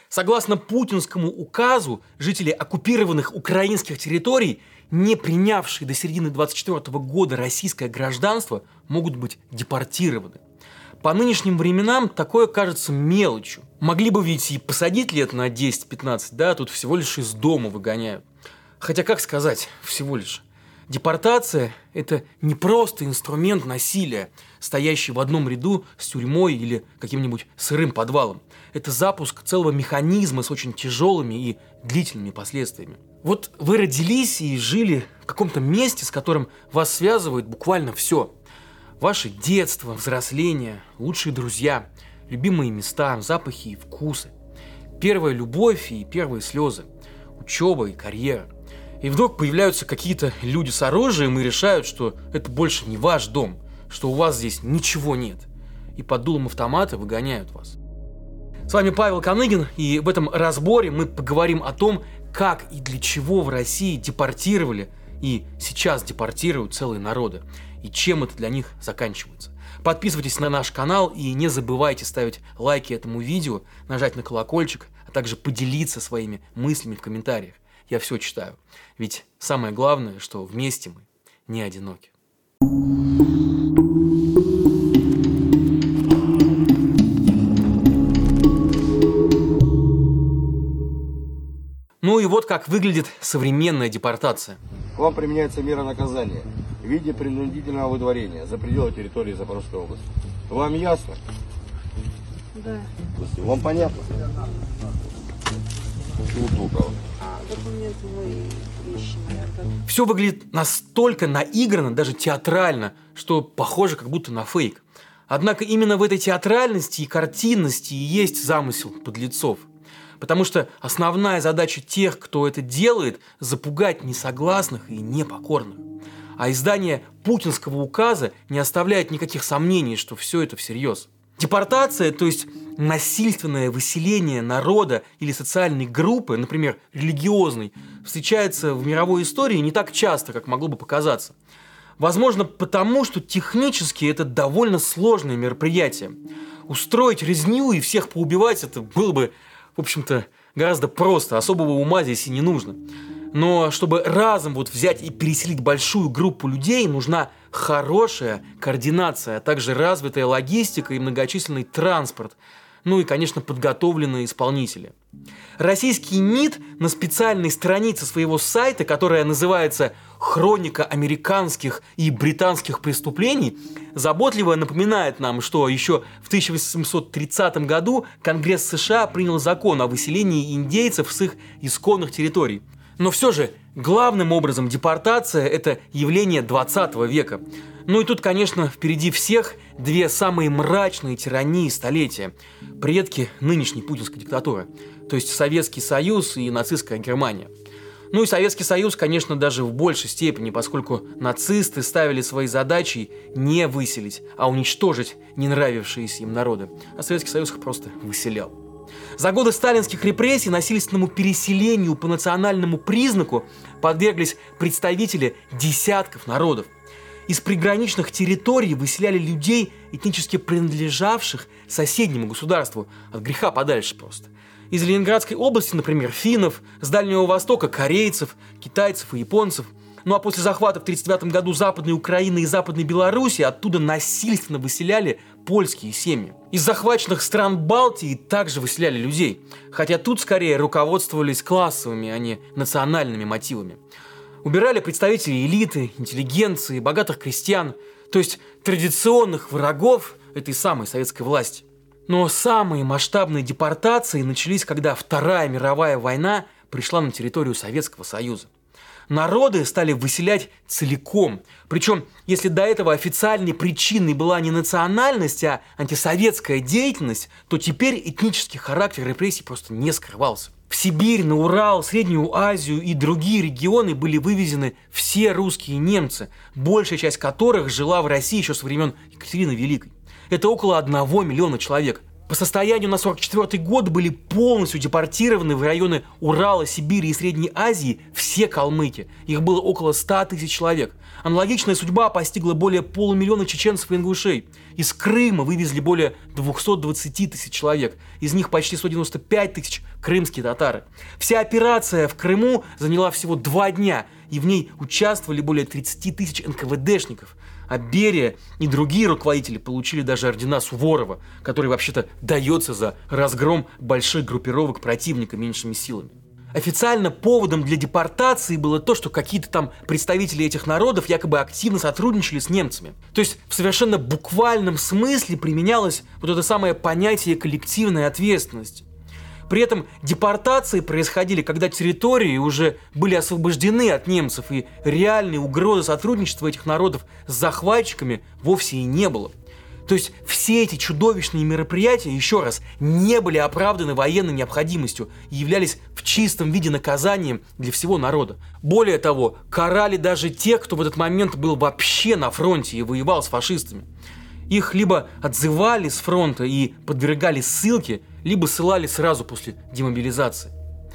Согласно путинскому указу, жители оккупированных украинских территорий, не принявшие до середины 1924 года российское гражданство, могут быть депортированы. По нынешним временам такое кажется мелочью. Могли бы ведь и посадить лет на 10-15, да, тут всего лишь из дома выгоняют. Хотя, как сказать, всего лишь. Депортация – это не просто инструмент насилия, стоящий в одном ряду с тюрьмой или каким-нибудь сырым подвалом. Это запуск целого механизма с очень тяжелыми и длительными последствиями. Вот вы родились и жили в каком-то месте, с которым вас связывает буквально все. Ваше детство, взросление, лучшие друзья, любимые места, запахи и вкусы. Первая любовь и первые слезы, учеба и карьера. И вдруг появляются какие-то люди с оружием и решают, что это больше не ваш дом, что у вас здесь ничего нет. И под дулом автомата выгоняют вас. С вами Павел Коныгин, и в этом разборе мы поговорим о том, как и для чего в России депортировали и сейчас депортируют целые народы, и чем это для них заканчивается. Подписывайтесь на наш канал и не забывайте ставить лайки этому видео, нажать на колокольчик, а также поделиться своими мыслями в комментариях. Я все читаю, ведь самое главное, что вместе мы не одиноки. Ну и вот как выглядит современная депортация. К вам применяется мера наказания в виде принудительного выдворения за пределы территории Запорожской области. Вам ясно? Да. Вам понятно? Чего толково? Документы мои вещи мои. Все выглядит настолько наигранно, даже театрально, что похоже как будто на фейк. Однако именно в этой театральности и картинности и есть замысел подлецов. Потому что основная задача тех, кто это делает, запугать несогласных и непокорных. А издание путинского указа не оставляет никаких сомнений, что все это всерьез. Депортация, то есть насильственное выселение народа или социальной группы, например, религиозной, встречается в мировой истории не так часто, как могло бы показаться. Возможно, потому что технически это довольно сложное мероприятие. Устроить резню и всех поубивать – это было бы, в общем-то, гораздо просто, особого ума здесь и не нужно. Но чтобы разом взять и переселить большую группу людей, нужна хорошая координация, а также развитая логистика и многочисленный транспорт. Ну и, конечно, подготовленные исполнители. Российский МИД на специальной странице своего сайта, которая называется «Хроника американских и британских преступлений», заботливо напоминает нам, что еще в 1830 году Конгресс США принял закон о выселении индейцев с их исконных территорий. Но все же главным образом депортация – это явление 20 века. Ну и тут, конечно, впереди всех две самые мрачные тирании столетия – предки нынешней путинской диктатуры, то есть Советский Союз и нацистская Германия. Ну и Советский Союз, конечно, даже в большей степени, поскольку нацисты ставили своей задачей не выселить, а уничтожить не нравившиеся им народы, а Советский Союз их просто выселял. За годы сталинских репрессий насильственному переселению по национальному признаку подверглись представители десятков народов. Из приграничных территорий выселяли людей, этнически принадлежавших соседнему государству, от греха подальше просто. Из Ленинградской области, например, финнов, с Дальнего Востока корейцев, китайцев и японцев. Ну а после захвата в 1939 году Западной Украины и Западной Белоруссии оттуда насильственно выселяли польские семьи. Из захваченных стран Балтии также выселяли людей, хотя тут скорее руководствовались классовыми, а не национальными мотивами. Убирали представителей элиты, интеллигенции, богатых крестьян, то есть традиционных врагов этой самой советской власти. Но самые масштабные депортации начались, когда Вторая мировая война пришла на территорию Советского Союза. Народы стали выселять целиком. Причем, если до этого официальной причиной была не национальность, а антисоветская деятельность, то теперь этнический характер репрессий просто не скрывался. В Сибирь, на Урал, Среднюю Азию и другие регионы были вывезены все русские немцы, большая часть которых жила в России еще со времен Екатерины Великой. Это около 1 миллиона человек. По состоянию на 1944 год были полностью депортированы в районы Урала, Сибири и Средней Азии все калмыки. Их было около 100 тысяч человек. Аналогичная судьба постигла более полумиллиона чеченцев и ингушей. Из Крыма вывезли более 220 тысяч человек. Из них почти 195 тысяч крымские татары. Вся операция в Крыму заняла всего 2 дня, и в ней участвовали более 30 тысяч НКВДшников. А Берия и другие руководители получили даже ордена Суворова, который вообще-то дается за разгром больших группировок противника меньшими силами. Официально поводом для депортации было то, что какие-то там представители этих народов якобы активно сотрудничали с немцами. То есть в совершенно буквальном смысле применялось вот это самое понятие коллективной ответственности. При этом депортации происходили, когда территории уже были освобождены от немцев, и реальной угрозы сотрудничества этих народов с захватчиками вовсе и не было. То есть все эти чудовищные мероприятия, еще раз, не были оправданы военной необходимостью и являлись в чистом виде наказанием для всего народа. Более того, карали даже тех, кто в этот момент был вообще на фронте и воевал с фашистами. Их либо отзывали с фронта и подвергали ссылке, либо ссылали сразу после демобилизации.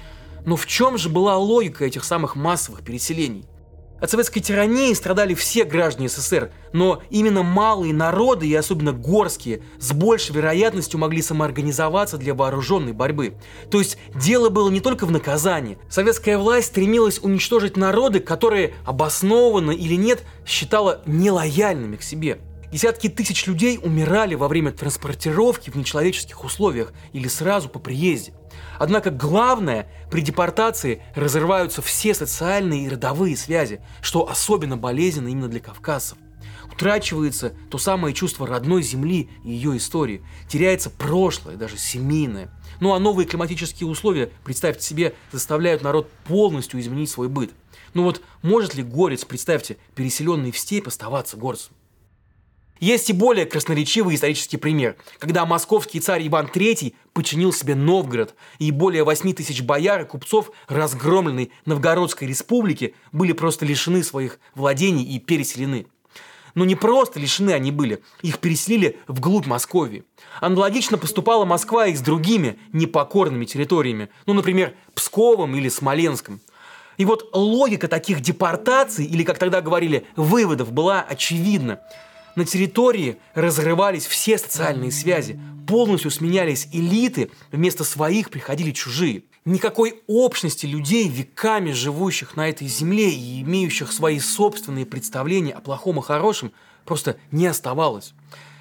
Но в чем же была логика этих самых массовых переселений? От советской тирании страдали все граждане СССР, но именно малые народы, и особенно горские, с большей вероятностью могли самоорганизоваться для вооруженной борьбы. То есть дело было не только в наказании. Советская власть стремилась уничтожить народы, которые, обоснованно или нет, считала нелояльными к себе. Десятки тысяч людей умирали во время транспортировки в нечеловеческих условиях или сразу по приезде. Однако главное, при депортации разрываются все социальные и родовые связи, что особенно болезненно именно для кавказцев. Утрачивается то самое чувство родной земли и ее истории, теряется прошлое, даже семейное. Ну а новые климатические условия, представьте себе, заставляют народ полностью изменить свой быт. Ну вот может ли горец, представьте, переселенный в степь, оставаться горцем? Есть и более красноречивый исторический пример, когда московский царь Иван III подчинил себе Новгород, и более 8 тысяч бояр и купцов разгромленной Новгородской республики были просто лишены своих владений и переселены. Но не просто лишены они были, их переселили вглубь Московии. Аналогично поступала Москва и с другими непокорными территориями, ну, например, Псковом или Смоленском. И вот логика таких депортаций, или, как тогда говорили, выводов, была очевидна. На территории разрывались все социальные связи, полностью сменялись элиты, вместо своих приходили чужие. Никакой общности людей, веками живущих на этой земле и имеющих свои собственные представления о плохом и хорошем, просто не оставалось.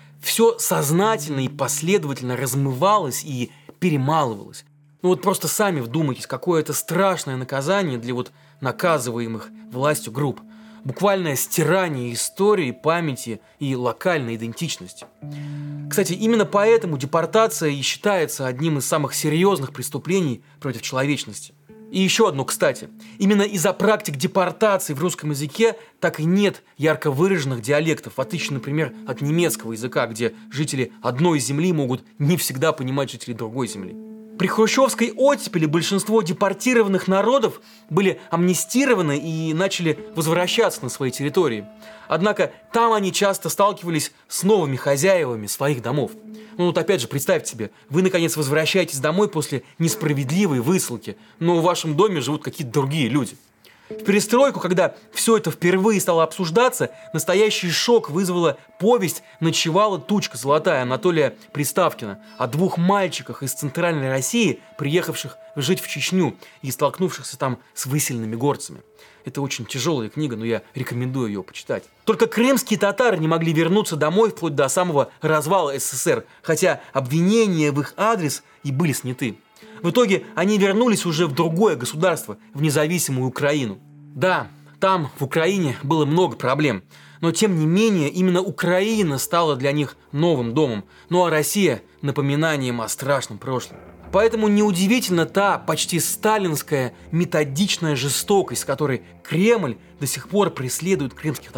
Все сознательно и последовательно размывалось и перемалывалось. Ну вот просто сами вдумайтесь, какое это страшное наказание для вот наказываемых властью групп. Буквальное стирание истории, памяти и локальной идентичности. Кстати, именно поэтому депортация и считается одним из самых серьезных преступлений против человечности. И еще одно, кстати. Именно из-за практик депортации в русском языке так и нет ярко выраженных диалектов, в отличие, например, от немецкого языка, где жители одной земли могут не всегда понимать жителей другой земли. При хрущевской оттепели большинство депортированных народов были амнистированы и начали возвращаться на свои территории. Однако там они часто сталкивались с новыми хозяевами своих домов. Ну вот опять же, представьте себе, вы наконец возвращаетесь домой после несправедливой высылки, но в вашем доме живут какие-то другие люди. В перестройку, когда все это впервые стало обсуждаться, настоящий шок вызвала повесть «Ночевала тучка золотая» Анатолия Приставкина о 2 мальчиках из Центральной России, приехавших жить в Чечню и столкнувшихся там с выселенными горцами. Это очень тяжелая книга, но я рекомендую ее почитать. Только крымские татары не могли вернуться домой вплоть до самого развала СССР, хотя обвинения в их адрес и были сняты. В итоге они вернулись уже в другое государство, в независимую Украину. Да, там, в Украине, было много проблем, но тем не менее именно Украина стала для них новым домом, ну а Россия – напоминанием о страшном прошлом. Поэтому неудивительно та почти сталинская методичная жестокость, с которой Кремль до сих пор преследует крымских татар.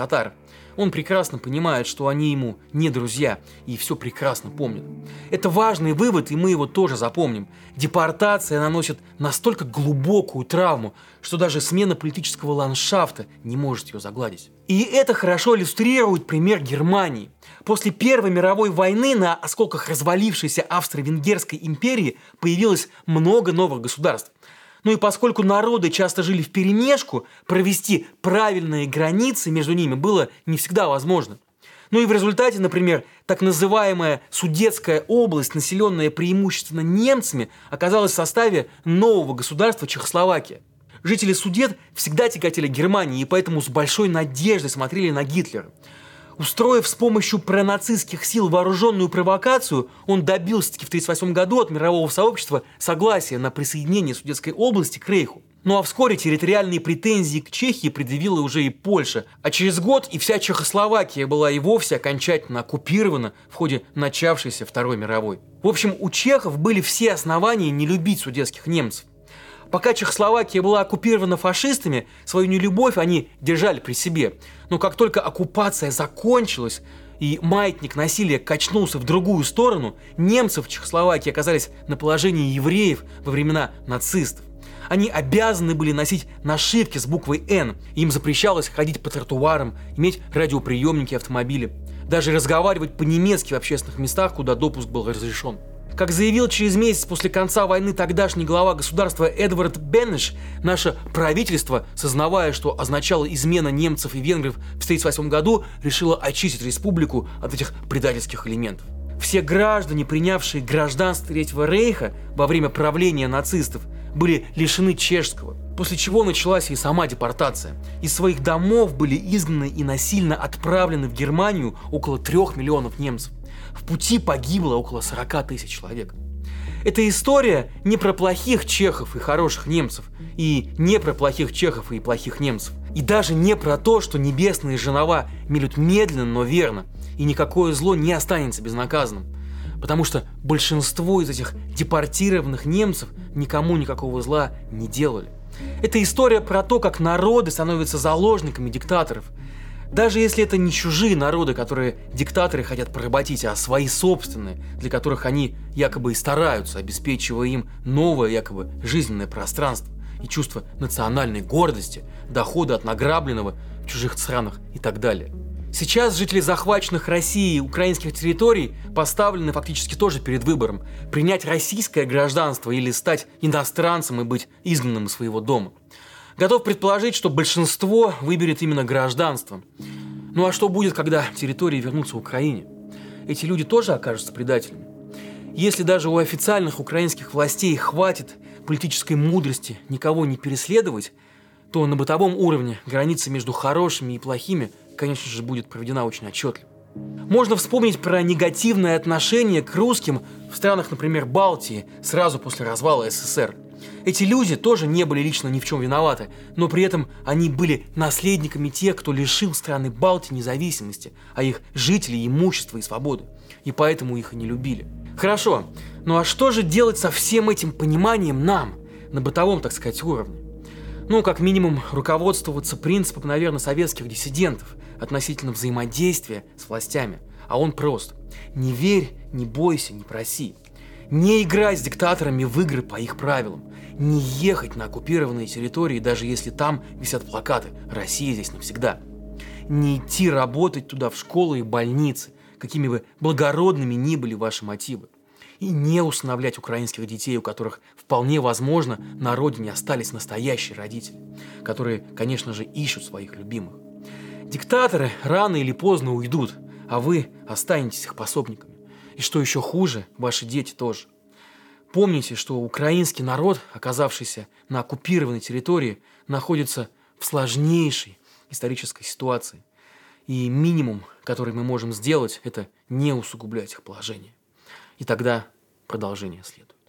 Он прекрасно понимает, что они ему не друзья, и все прекрасно помнит. Это важный вывод, и мы его тоже запомним. Депортация наносит настолько глубокую травму, что даже смена политического ландшафта не может ее загладить. И это хорошо иллюстрирует пример Германии. После Первой мировой войны на осколках развалившейся Австро-Венгерской империи появилось много новых государств. Ну и поскольку народы часто жили вперемешку, провести правильные границы между ними было не всегда возможно. Ну и в результате, например, так называемая Судетская область, населенная преимущественно немцами, оказалась в составе нового государства Чехословакия. Жители Судет всегда тяготели к Германии и поэтому с большой надеждой смотрели на Гитлера. Устроив с помощью пронацистских сил вооруженную провокацию, он добился-таки в 1938 году от мирового сообщества согласия на присоединение Судетской области к Рейху. Ну а вскоре территориальные претензии к Чехии предъявила уже и Польша. А через год и вся Чехословакия была и вовсе окончательно оккупирована в ходе начавшейся Второй мировой. В общем, у чехов были все основания не любить судетских немцев. Пока Чехословакия была оккупирована фашистами, свою нелюбовь они держали при себе. Но как только оккупация закончилась и маятник насилия качнулся в другую сторону, немцы в Чехословакии оказались на положении евреев во времена нацистов. Они обязаны были носить нашивки с буквой «Н», им запрещалось ходить по тротуарам, иметь радиоприемники автомобиля, даже разговаривать по-немецки в общественных местах, куда допуск был разрешен. Как заявил через месяц после конца войны тогдашний глава государства Эдвард Бенеш, наше правительство, сознавая, что означала измена немцев и венгров в 1938 году, решило очистить республику от этих предательских элементов. Все граждане, принявшие гражданство Третьего рейха во время правления нацистов, были лишены чешского, после чего началась и сама депортация. Из своих домов были изгнаны и насильно отправлены в Германию около 3 миллионов немцев. В пути погибло около 40 тысяч человек. Эта история не про плохих чехов и хороших немцев, и не про плохих чехов и плохих немцев, и даже не про то, что небесные жернова мелют медленно, но верно, и никакое зло не останется безнаказанным. Потому что большинство из этих депортированных немцев никому никакого зла не делали. Это история про то, как народы становятся заложниками диктаторов. Даже если это не чужие народы, которые диктаторы хотят поработить, а свои собственные, для которых они якобы и стараются, обеспечивая им новое якобы жизненное пространство и чувство национальной гордости, дохода от награбленного в чужих странах и так далее. Сейчас жители захваченных Россией украинских территорий поставлены фактически тоже перед выбором – принять российское гражданство или стать иностранцем и быть изгнанным из своего дома. Готов предположить, что большинство выберет именно гражданство. Ну а что будет, когда территории вернутся Украине? Эти люди тоже окажутся предателями. Если даже у официальных украинских властей хватит политической мудрости никого не переследовать, то на бытовом уровне граница между хорошими и плохими, конечно же, будет проведена очень отчетливо. Можно вспомнить про негативное отношение к русским в странах, например, Балтии, сразу после развала СССР. Эти люди тоже не были лично ни в чем виноваты, но при этом они были наследниками тех, кто лишил страны Балтии независимости, а их жителей имущества и свободы, и поэтому их и не любили. Хорошо, ну а что же делать со всем этим пониманием нам, на бытовом, так сказать, уровне? Ну, как минимум, руководствоваться принципом, наверное, советских диссидентов относительно взаимодействия с властями. А он прост. Не верь, не бойся, не проси. Не играть с диктаторами в игры по их правилам. Не ехать на оккупированные территории, даже если там висят плакаты «Россия здесь навсегда». Не идти работать туда в школы и больницы, какими бы благородными ни были ваши мотивы. И не усыновлять украинских детей, у которых вполне возможно на родине остались настоящие родители, которые, конечно же, ищут своих любимых. Диктаторы рано или поздно уйдут, а вы останетесь их пособниками. И что еще хуже, ваши дети тоже. Помните, что украинский народ, оказавшийся на оккупированной территории, находится в сложнейшей исторической ситуации. И минимум, который мы можем сделать, это не усугублять их положение. И тогда продолжение следует.